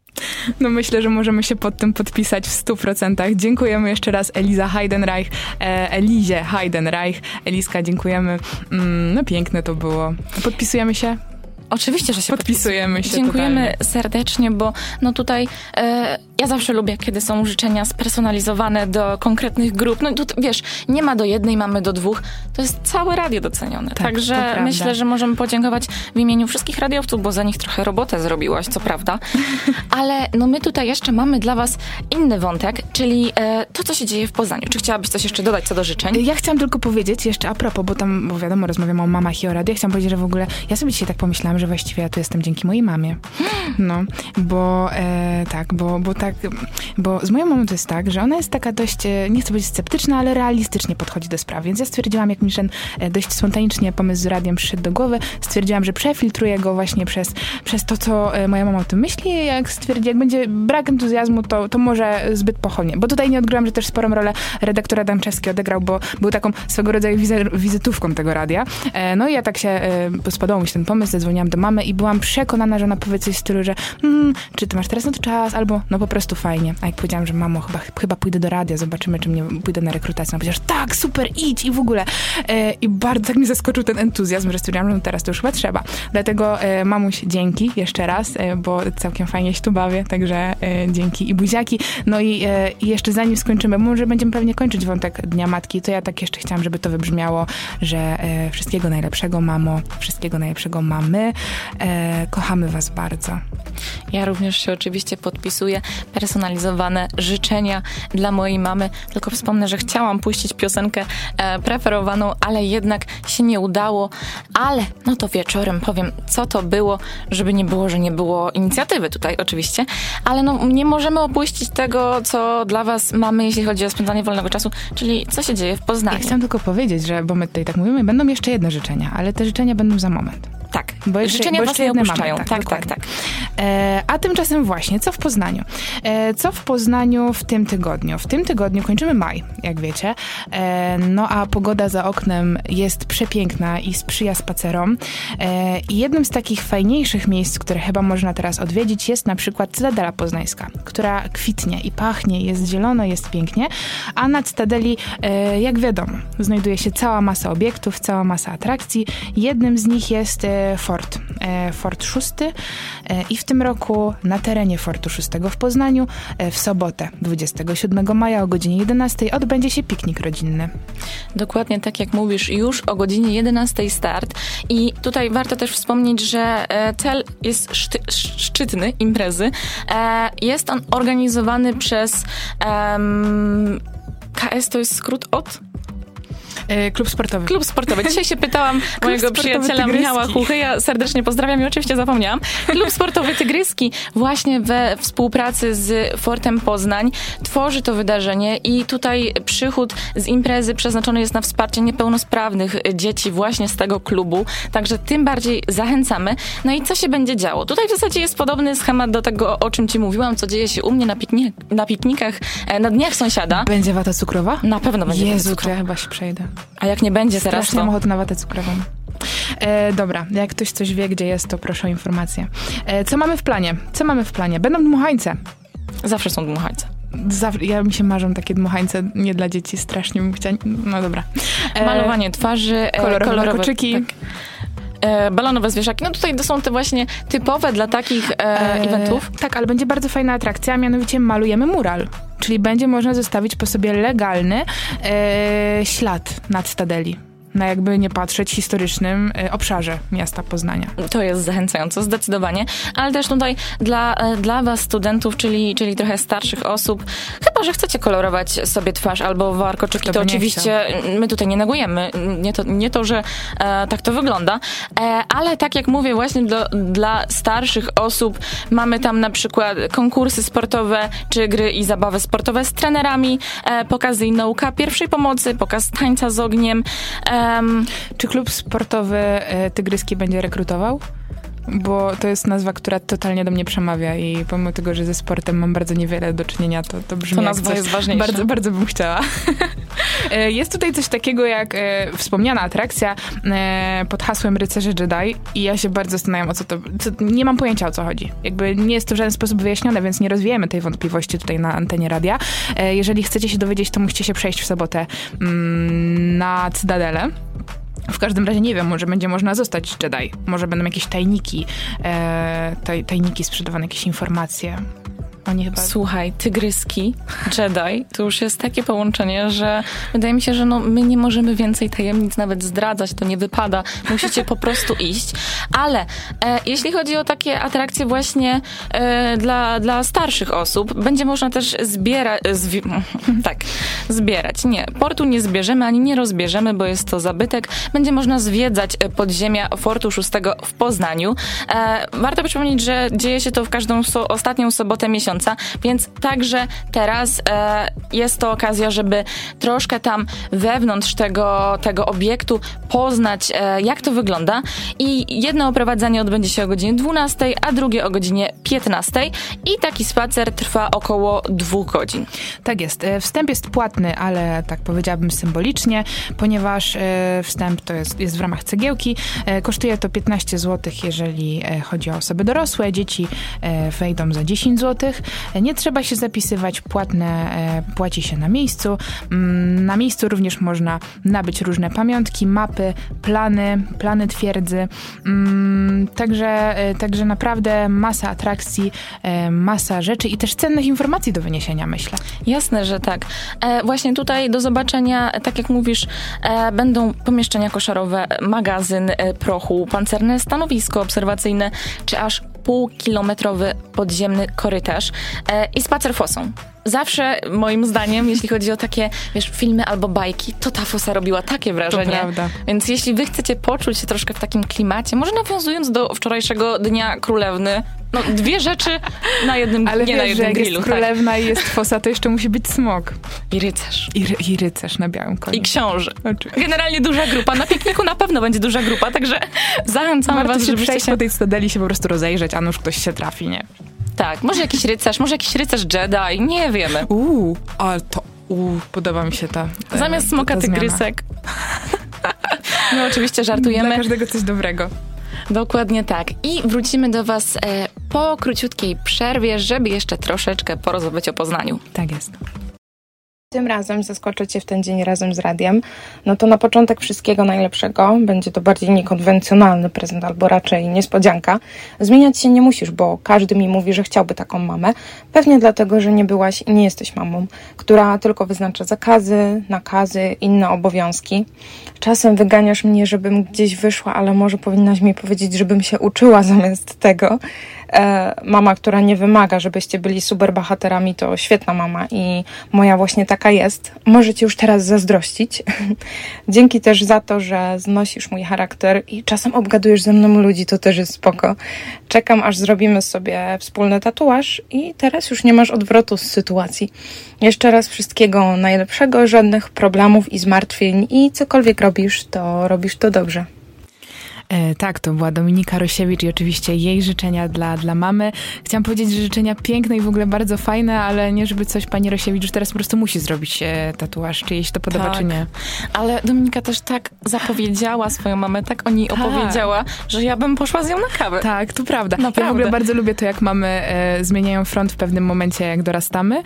No myślę, że możemy się pod tym podpisać w 100%. Dziękujemy jeszcze raz Elizie Heidenreich. Eliska, dziękujemy. No piękne to było. Podpisujemy się? Oczywiście, że się podpisujemy. Dziękujemy totalnie. serdecznie, bo no tutaj ja zawsze lubię, kiedy są życzenia spersonalizowane do konkretnych grup. No tu, wiesz, nie ma do jednej, mamy do dwóch. To jest całe radio docenione. Tak, także myślę, że możemy podziękować w imieniu wszystkich radiowców, bo za nich trochę robotę zrobiłaś, co prawda. Ale no my tutaj jeszcze mamy dla was inny wątek, czyli to, co się dzieje w Poznaniu. Czy chciałabyś coś jeszcze dodać co do życzeń? Ja chciałam tylko powiedzieć jeszcze a propos, bo wiadomo, rozmawiamy o mamach i o radio. Ja chciałam powiedzieć, że w ogóle ja sobie dzisiaj tak pomyślałam, że właściwie ja tu jestem dzięki mojej mamie. No, bo z moją mamą to jest tak, że ona jest taka dość, nie chcę powiedzieć sceptyczna, ale realistycznie podchodzi do spraw. Więc ja stwierdziłam, jak mi ten dość spontanicznie pomysł z radiem przyszedł do głowy, stwierdziłam, że przefiltruję go właśnie przez to, co moja mama o tym myśli. Jak będzie brak entuzjazmu, to może zbyt pochopnie. Bo tutaj nie odgryłam, że też sporą rolę redaktor Adamczewski odegrał, bo był taką swego rodzaju wizytówką tego radia. No i ja tak się, spodobał mi się ten pomysł, zadzwoniłam do mamy i byłam przekonana, że ona powie coś w stylu, że czy ty masz teraz na to czas, albo no po prostu prostu fajnie. A jak powiedziałam, że mamo, chyba pójdę do radia, zobaczymy, czy mnie pójdę na rekrutację. Ona powiedziała, że tak, super, idź i w ogóle. I bardzo tak mi zaskoczył ten entuzjazm, że stwierdziłam, że teraz to już chyba trzeba. Dlatego mamuś, dzięki jeszcze raz, bo całkiem fajnie się tu bawię, także dzięki i buziaki. No i jeszcze zanim skończymy, bo może będziemy pewnie kończyć wątek Dnia Matki, to ja tak jeszcze chciałam, żeby to wybrzmiało, że wszystkiego najlepszego, mamo, wszystkiego najlepszego, mamy. Kochamy was bardzo. Ja również się oczywiście podpisuję. Personalizowane życzenia dla mojej mamy. Tylko wspomnę, że chciałam puścić piosenkę preferowaną, ale jednak się nie udało. Ale no to wieczorem powiem, co to było, żeby nie było, że nie było inicjatywy tutaj oczywiście. Ale no nie możemy opuścić tego, co dla was mamy, jeśli chodzi o spędzanie wolnego czasu, czyli co się dzieje w Poznaniu. Ja chciałam tylko powiedzieć, że, bo my tutaj tak mówimy, będą jeszcze jedne życzenia, ale te życzenia będą za moment. Tak, bo życzenia was nie opuszczają. Tak. A tymczasem właśnie, co w Poznaniu? Co w Poznaniu w tym tygodniu? W tym tygodniu kończymy maj, jak wiecie. No a pogoda za oknem jest przepiękna i sprzyja spacerom. I jednym z takich fajniejszych miejsc, które chyba można teraz odwiedzić, jest na przykład Cytadela Poznańska, która kwitnie i pachnie, jest zielono, jest pięknie. A na Cytadeli, jak wiadomo, znajduje się cała masa obiektów, cała masa atrakcji. Jednym z nich jest Fort 6 i w tym roku na terenie Fortu 6 w Poznaniu w sobotę 27 maja o godzinie 11 odbędzie się piknik rodzinny. Dokładnie tak jak mówisz, już o godzinie 11 start i tutaj warto też wspomnieć, że cel jest szczytny imprezy. Jest on organizowany przez KS, to jest skrót od... Klub sportowy. Klub sportowy. Dzisiaj się pytałam mojego przyjaciela Michała Chuchy. Ja serdecznie pozdrawiam i oczywiście zapomniałam. Klub sportowy Tygryski właśnie we współpracy z Fortem Poznań tworzy to wydarzenie i tutaj przychód z imprezy przeznaczony jest na wsparcie niepełnosprawnych dzieci właśnie z tego klubu. Także tym bardziej zachęcamy. No i co się będzie działo? Tutaj w zasadzie jest podobny schemat do tego, o czym ci mówiłam, co dzieje się u mnie na piknikach, na dniach sąsiada. Będzie wata cukrowa? Na pewno będzie Jezu, wata cukrowa. Ja chyba się przejdę. A jak nie będzie teraz, to... mam ochotę na watę cukrową. Dobra, jak ktoś coś wie, gdzie jest, to proszę o informację. Co mamy w planie? Będą dmuchańce. Zawsze są dmuchańce. Ja mi się marzą takie dmuchańce, nie dla dzieci, strasznie bym chciała... No dobra. Malowanie twarzy, kolorowe koczyki. Tak. Balonowe zwierzaki. No tutaj to są te właśnie typowe dla takich eventów. Tak, ale będzie bardzo fajna atrakcja, a mianowicie malujemy mural. Czyli będzie można zostawić po sobie legalny ślad na Cytadeli. Na jakby nie patrzeć historycznym obszarze miasta Poznania. To jest zachęcające, zdecydowanie. Ale też tutaj dla was, studentów, czyli trochę starszych osób, chyba że chcecie kolorować sobie twarz albo warkoczyki, to oczywiście my tutaj nie negujemy. Nie to, że tak to wygląda. Ale tak jak mówię, właśnie dla starszych osób mamy tam na przykład konkursy sportowe, czy gry i zabawy sportowe z trenerami, pokazy i nauka pierwszej pomocy, pokaz tańca z ogniem. Czy klub sportowy Tygryski będzie rekrutował? Bo to jest nazwa, która totalnie do mnie przemawia i pomimo tego, że ze sportem mam bardzo niewiele do czynienia, to brzmi to nazwa jest ważniejsza. Bardzo, bardzo bym chciała. Jest tutaj coś takiego jak wspomniana atrakcja pod hasłem Rycerze Jedi i ja się bardzo zastanawiam, o co to... nie mam pojęcia, o co chodzi. Jakby nie jest to w żaden sposób wyjaśnione, więc nie rozwijemy tej wątpliwości tutaj na antenie radia. Jeżeli chcecie się dowiedzieć, to musicie się przejść w sobotę na Cytadelę. W każdym razie nie wiem, może będzie można zostać Jedi. Może będą jakieś tajniki, tajniki sprzedawane, jakieś informacje. Oni chyba... Słuchaj, Tygryski, Jedi, to już jest takie połączenie, że wydaje mi się, że my nie możemy więcej tajemnic nawet zdradzać, to nie wypada. Musicie po prostu iść. Ale jeśli chodzi o takie atrakcje właśnie dla starszych osób, będzie można też zbierać. Nie, portu nie zbierzemy, ani nie rozbierzemy, bo jest to zabytek. Będzie można zwiedzać podziemia Fortu 6 w Poznaniu. Warto przypomnieć, że dzieje się to w każdą ostatnią sobotę miesiąca, więc także teraz jest to okazja, żeby troszkę tam wewnątrz tego obiektu poznać, jak to wygląda. I jedno oprowadzanie odbędzie się o godzinie 12, a drugie o godzinie 15 i taki spacer trwa około 2 godzin. Tak jest. Wstęp jest płatny płatny, ale tak powiedziałabym symbolicznie, ponieważ wstęp to jest w ramach cegiełki. Kosztuje to 15 zł, jeżeli chodzi o osoby dorosłe. Dzieci wejdą za 10 zł. Nie trzeba się zapisywać, płatne płaci się na miejscu. Na miejscu również można nabyć różne pamiątki, mapy, plany twierdzy. Także naprawdę masa atrakcji, masa rzeczy i też cennych informacji do wyniesienia, myślę. Jasne, że tak. Właśnie tutaj do zobaczenia, tak jak mówisz, będą pomieszczenia koszarowe, magazyn prochu, pancerne stanowisko obserwacyjne, czy aż półkilometrowy podziemny korytarz i spacer fosą. Zawsze, moim zdaniem, jeśli chodzi o takie, filmy albo bajki, to ta fosa robiła takie wrażenie. To prawda. Więc jeśli wy chcecie poczuć się troszkę w takim klimacie, może nawiązując do wczorajszego Dnia Królewny, dwie rzeczy na jednym, ale nie na jednym jak grillu. Jest królewna i jest fosa, to jeszcze musi być smok. I rycerz. I rycerz na białym koniu. I książę. Generalnie duża grupa. Na pikniku na pewno będzie duża grupa, także zachęcamy was, żebyście przejść po tej stodeli, się po prostu rozejrzeć, a nuż ktoś się trafi, nie? Tak, może jakiś rycerz Jedi, nie wiemy. Podoba mi się ta zamiast smoka tygrysek. No oczywiście żartujemy. Dla każdego coś dobrego. Dokładnie tak. I wrócimy do was po króciutkiej przerwie, żeby jeszcze troszeczkę porozmawiać o Poznaniu. Tak jest. Tym razem zaskoczę Cię w ten dzień razem z radiem. No to na początek wszystkiego najlepszego. Będzie to bardziej niekonwencjonalny prezent, albo raczej niespodzianka. Zmieniać się nie musisz, bo każdy mi mówi, że chciałby taką mamę. Pewnie dlatego, że nie byłaś i nie jesteś mamą, która tylko wyznacza zakazy, nakazy, inne obowiązki. Czasem wyganiasz mnie, żebym gdzieś wyszła, ale może powinnaś mi powiedzieć, żebym się uczyła zamiast tego. Mama, która nie wymaga, żebyście byli super bohaterami, to świetna mama i moja właśnie taka jest. Może Ci już teraz zazdrościć. Dzięki też za to, że znosisz mój charakter i czasem obgadujesz ze mną ludzi, to też jest spoko. Czekam, aż zrobimy sobie wspólny tatuaż i teraz już nie masz odwrotu z sytuacji. Jeszcze raz wszystkiego najlepszego, żadnych problemów i zmartwień i cokolwiek robisz to dobrze. Tak, to była Dominika Rosiewicz i oczywiście jej życzenia dla mamy. Chciałam powiedzieć, że życzenia piękne i w ogóle bardzo fajne, ale nie żeby coś pani Rosiewicz już teraz po prostu musi zrobić tatuaż, czy jej się to podoba, czy nie. Ale Dominika też tak zapowiedziała swoją mamę, tak o niej opowiedziała, że ja bym poszła z nią na kawę. Tak, to prawda. Naprawdę. Ja w ogóle bardzo lubię to, jak mamy zmieniają front w pewnym momencie, jak dorastamy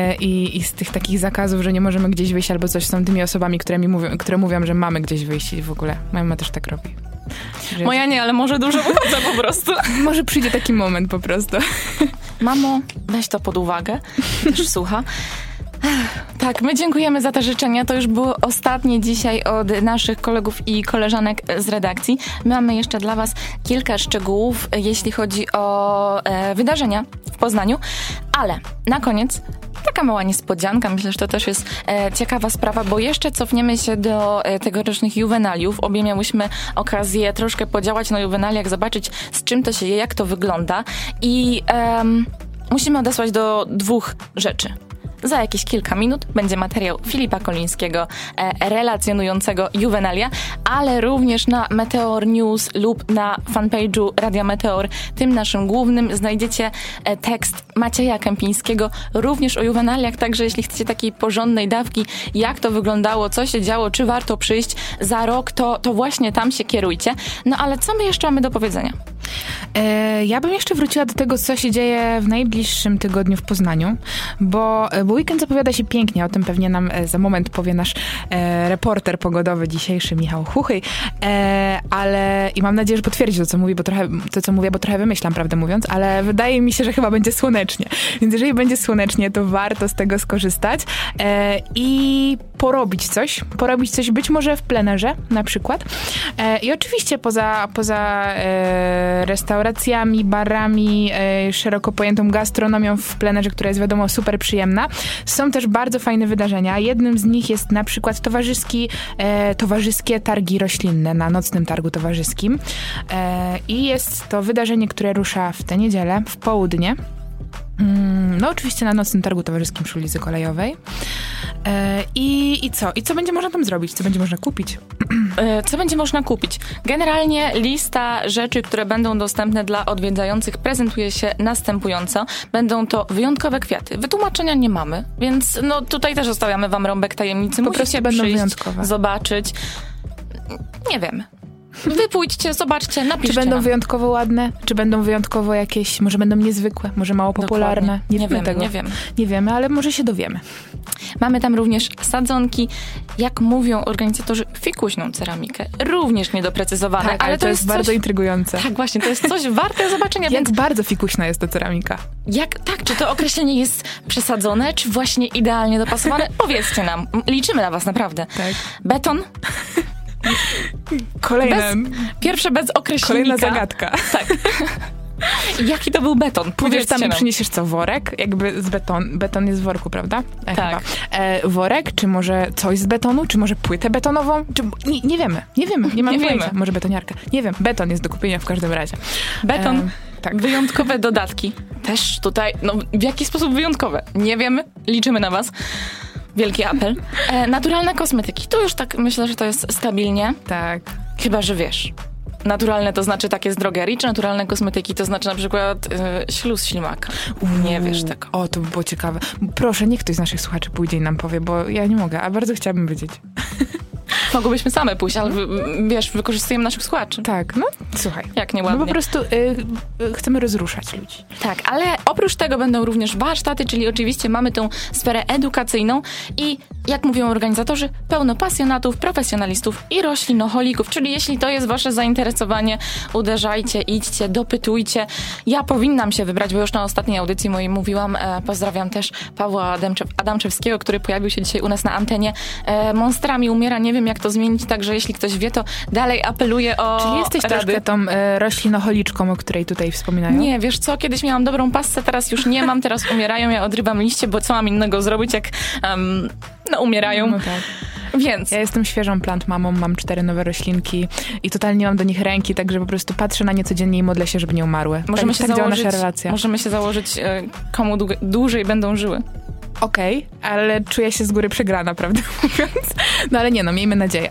i z tych takich zakazów, że nie możemy gdzieś wyjść albo coś, są tymi osobami, które mówią, że mamy gdzieś wyjść i w ogóle. Moja mama też tak robi. Moja nie, ale może dużo wychodzę po prostu. Może przyjdzie taki moment po prostu. Mamo, weź to pod uwagę. Też słucha. Tak, my dziękujemy za te życzenia. To już było ostatnie dzisiaj od naszych kolegów i koleżanek z redakcji. Mamy jeszcze dla was kilka szczegółów, jeśli chodzi o wydarzenia w Poznaniu, ale na koniec taka mała niespodzianka. Myślę, że to też jest ciekawa sprawa, bo jeszcze cofniemy się do tegorocznych juwenaliów. Obie miałyśmy okazję troszkę podziałać na juwenaliach, zobaczyć z czym to się je, jak to wygląda i musimy odesłać do dwóch rzeczy. Za jakieś kilka minut będzie materiał Filipa Kolińskiego relacjonującego juwenalia, ale również na Meteor News lub na fanpage'u Radia Meteor, tym naszym głównym, znajdziecie tekst Macieja Kępińskiego również o juwenaliach, także jeśli chcecie takiej porządnej dawki, jak to wyglądało, co się działo, czy warto przyjść za rok, to właśnie tam się kierujcie. No ale co my jeszcze mamy do powiedzenia? Ja bym jeszcze wróciła do tego, co się dzieje w najbliższym tygodniu w Poznaniu, bo weekend zapowiada się pięknie, o tym pewnie nam za moment powie nasz reporter pogodowy dzisiejszy, Michał Chuchyj, ale i mam nadzieję, że potwierdzi to, co mówi, bo trochę wymyślam, prawdę mówiąc, ale wydaje mi się, że chyba będzie słonecznie, więc jeżeli będzie słonecznie, to warto z tego skorzystać i porobić coś, być może w plenerze na przykład. I oczywiście poza restauracjami, barami, szeroko pojętą gastronomią w plenerze, która jest wiadomo super przyjemna, są też bardzo fajne wydarzenia. Jednym z nich jest na przykład towarzyskie targi roślinne na Nocnym Targu Towarzyskim. I jest to wydarzenie, które rusza w tę niedzielę, w południe. No oczywiście na Nocnym Targu Towarzyskim przy ulicy Kolejowej. I co? I co będzie można tam zrobić? Co będzie można kupić? Co będzie można kupić? Generalnie lista rzeczy, które będą dostępne dla odwiedzających prezentuje się następująco. Będą to wyjątkowe kwiaty. Wytłumaczenia nie mamy, więc tutaj też zostawiamy wam rąbek tajemnicy. Musicie będą przyjść, wyjątkowe. Zobaczyć. Nie wiem. Wy pójdźcie, zobaczcie, napiszcie Czy będą nam. wyjątkowo ładne? Czy będą wyjątkowo jakieś, może będą niezwykłe, może mało popularne? Nie wiemy tego. Nie wiemy, ale może się dowiemy. Mamy tam również sadzonki, jak mówią organizatorzy, fikuśną ceramikę. Również niedoprecyzowane. Tak, ale to jest bardzo intrygujące. Tak, właśnie, to jest coś warte zobaczenia. Jak bardzo fikuśna jest to ceramika? Czy to określenie jest przesadzone, czy właśnie idealnie dopasowane? Powiedzcie nam. Liczymy na was, naprawdę. Tak. Beton? Pierwsze bez określnika. Kolejna zagadka. Tak. Jaki to był beton? Pójdziesz tam i nam. przyniesiesz co? Worek? Jakby z beton jest w worku, prawda? Tak. Worek? Czy może coś z betonu? Czy może płytę betonową? Czy... Nie wiemy. Nie mamy pojęcia. Może betoniarka. Nie wiem. Beton jest do kupienia w każdym razie. Beton. Tak. Wyjątkowe dodatki. Też tutaj, w jaki sposób wyjątkowe? Nie wiemy. Liczymy na was. Wielki apel. Naturalne kosmetyki. Tu już tak myślę, że to jest stabilnie. Tak. Chyba, że wiesz. Naturalne to znaczy takie z drogerii, czy naturalne kosmetyki to znaczy na przykład śluz ślimaka. Nie wiesz tego. O, to by było ciekawe. Proszę, niech ktoś z naszych słuchaczy pójdzie i nam powie, bo ja nie mogę, a bardzo chciałabym wiedzieć. Mogłybyśmy same pójść, ale wiesz, wykorzystujemy naszych słuchaczy. Tak, słuchaj. Jak nieładnie. No po prostu chcemy rozruszać ludzi. Tak, ale oprócz tego będą również warsztaty, czyli oczywiście mamy tą sferę edukacyjną i jak mówią organizatorzy, pełno pasjonatów, profesjonalistów i roślinoholików, czyli jeśli to jest wasze zainteresowanie, uderzajcie, idźcie, dopytujcie. Ja powinnam się wybrać, bo już na ostatniej audycji mojej mówiłam, pozdrawiam też Pawła Adamczewskiego, który pojawił się dzisiaj u nas na antenie. Monstrami umiera, nie wiem jak to zmienić, także jeśli ktoś wie, to dalej apeluję o Czyli jesteś rady. troszkę tą roślinoholiczką, o której tutaj wspominają? Nie, wiesz co, kiedyś miałam dobrą passę, teraz już nie mam, teraz umierają, ja odrywam liście, bo co mam innego zrobić, jak umierają. No tak. Więc. Ja jestem świeżą plant mamą, mam 4 nowe roślinki i totalnie nie mam do nich ręki, także po prostu patrzę na nie codziennie i modlę się, żeby nie umarły. Możemy się działa nasza relacja. Możemy się założyć, komu dłużej będą żyły. Okej, ale czuję się z góry przegrana, prawdę mówiąc. No ale nie, miejmy nadzieję.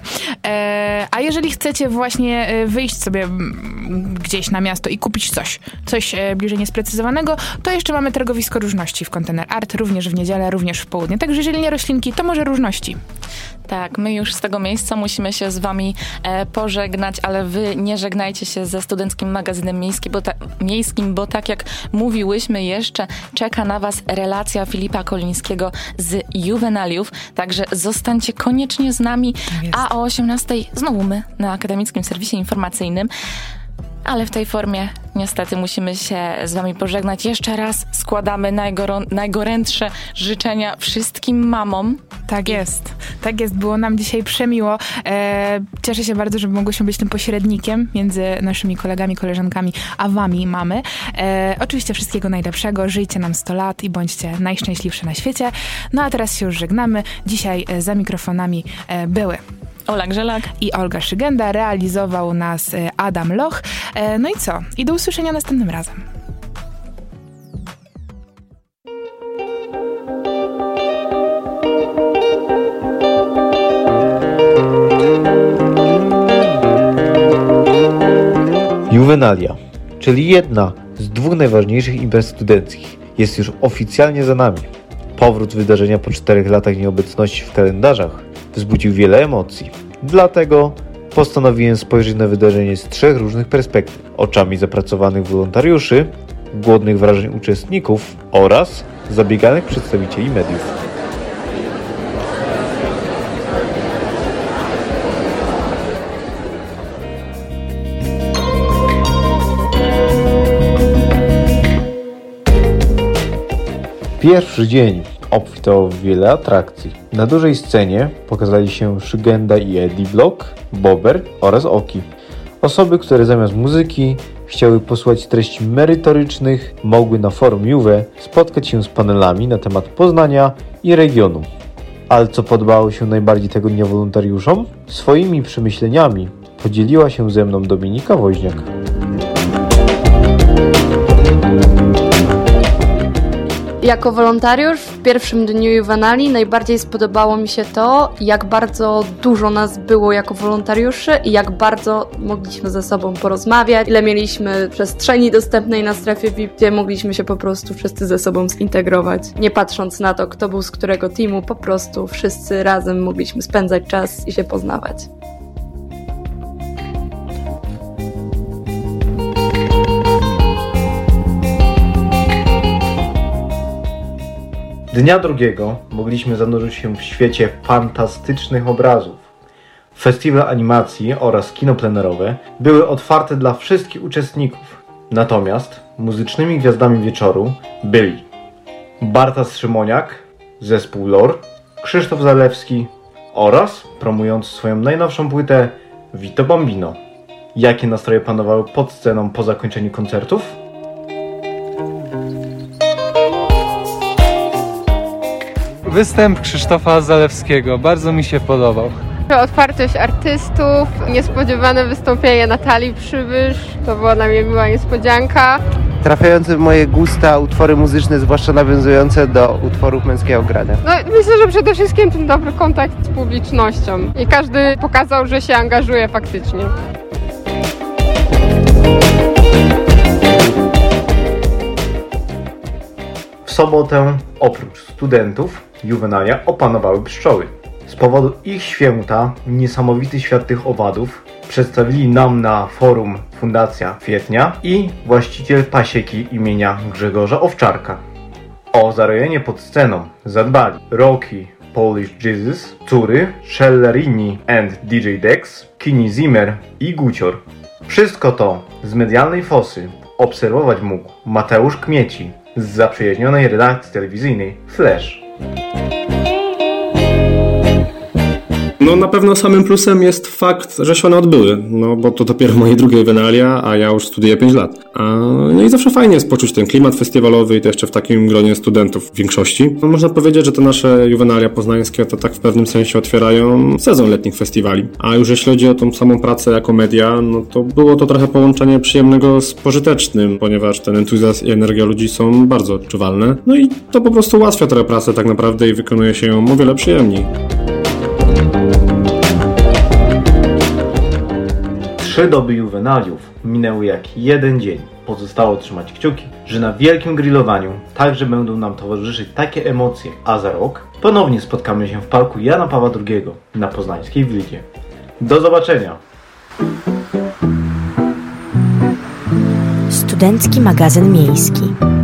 A jeżeli chcecie właśnie wyjść sobie gdzieś na miasto i kupić coś bliżej niesprecyzowanego, to jeszcze mamy targowisko różności w Container Art, również w niedzielę, również w południe. Także jeżeli nie roślinki, to może różności. Tak, my już z tego miejsca musimy się z wami pożegnać, ale wy nie żegnajcie się ze Studenckim Magazynem Miejskim, bo tak jak mówiłyśmy jeszcze, czeka na was relacja Filipa Kolińskiego z Juwenaliów, także zostańcie koniecznie z nami, a o 18:00 znowu my na Akademickim Serwisie Informacyjnym. Ale w tej formie niestety musimy się z wami pożegnać. Jeszcze raz składamy najgorętsze życzenia wszystkim mamom. Tak jest, było nam dzisiaj przemiło. Cieszę się bardzo, że mogłyśmy być tym pośrednikiem między naszymi kolegami, koleżankami, a wami, mamy. Oczywiście wszystkiego najlepszego, żyjcie nam 100 lat i bądźcie najszczęśliwsze na świecie. No a teraz się już żegnamy. Dzisiaj za mikrofonami były Ola Grzelak i Olga Szygenda, realizował nas Adam Loch. No i co? I do usłyszenia następnym razem. Juwenalia, czyli jedna z 2 najważniejszych imprez studenckich, jest już oficjalnie za nami. Powrót wydarzenia po 4 latach nieobecności w kalendarzach wzbudził wiele emocji. Dlatego postanowiłem spojrzeć na wydarzenie z 3 różnych perspektyw. Oczami zapracowanych wolontariuszy, głodnych wrażeń uczestników oraz zabieganych przedstawicieli mediów. Pierwszy dzień obfitował w wiele atrakcji. Na dużej scenie pokazali się Szygenda i Eddie Block, Bober oraz Oki. Osoby, które zamiast muzyki chciały posłuchać treści merytorycznych, mogły na forum Juve spotkać się z panelami na temat Poznania i regionu. Ale co podobało się najbardziej tego dnia wolontariuszom? Swoimi przemyśleniami podzieliła się ze mną Dominika Woźniak. Jako wolontariusz w pierwszym dniu Juvenali najbardziej spodobało mi się to, jak bardzo dużo nas było jako wolontariuszy i jak bardzo mogliśmy ze sobą porozmawiać, ile mieliśmy przestrzeni dostępnej na strefie VIP, gdzie mogliśmy się po prostu wszyscy ze sobą zintegrować. Nie patrząc na to, kto był z którego teamu, po prostu wszyscy razem mogliśmy spędzać czas i się poznawać. Dnia drugiego mogliśmy zanurzyć się w świecie fantastycznych obrazów. Festiwal animacji oraz kino plenerowe były otwarte dla wszystkich uczestników. Natomiast muzycznymi gwiazdami wieczoru byli Bartosz Szymoniak, zespół Lore, Krzysztof Zalewski oraz, promując swoją najnowszą płytę, Vito Bambino. Jakie nastroje panowały pod sceną po zakończeniu koncertów? Występ Krzysztofa Zalewskiego bardzo mi się podobał. Otwartość artystów, niespodziewane wystąpienie Natalii Przybysz, to była dla mnie miła niespodzianka. Trafiające w moje gusta utwory muzyczne, zwłaszcza nawiązujące do utworów Męskiego Grania. No, myślę, że przede wszystkim ten dobry kontakt z publicznością i każdy pokazał, że się angażuje faktycznie. W sobotę oprócz studentów Juvenalia opanowały pszczoły. Z powodu ich święta niesamowity świat tych owadów przedstawili nam na forum Fundacja Kwietnia i właściciel pasieki imienia Grzegorza Owczarka. O zarojenie pod sceną zadbali Rocky, Polish Jesus, Cury, Scellerini and DJ Dex, Kini Zimmer i Gucior. Wszystko to z medialnej fosy obserwować mógł Mateusz Kmieci z zaprzyjaźnionej redakcji telewizyjnej Flash. No na pewno samym plusem jest fakt, że się one odbyły, no bo to dopiero moje drugie Juvenalia, a ja już studiuję 5 lat. No i zawsze fajnie jest poczuć ten klimat festiwalowy i to jeszcze w takim gronie studentów w większości. No, można powiedzieć, że te nasze Juvenalia poznańskie to tak w pewnym sensie otwierają sezon letnich festiwali. A już jeśli chodzi o tą samą pracę jako media, no to było to trochę połączenie przyjemnego z pożytecznym, ponieważ ten entuzjazm i energia ludzi są bardzo odczuwalne. No i to po prostu ułatwia trochę pracę tak naprawdę i wykonuje się ją o wiele przyjemniej. 3 doby Juvenaliów minęły jak jeden dzień. Pozostało trzymać kciuki, że na wielkim grillowaniu także będą nam towarzyszyć takie emocje, a za rok ponownie spotkamy się w parku Jana Pawła II na poznańskiej Wildzie. Do zobaczenia! Studencki magazyn miejski.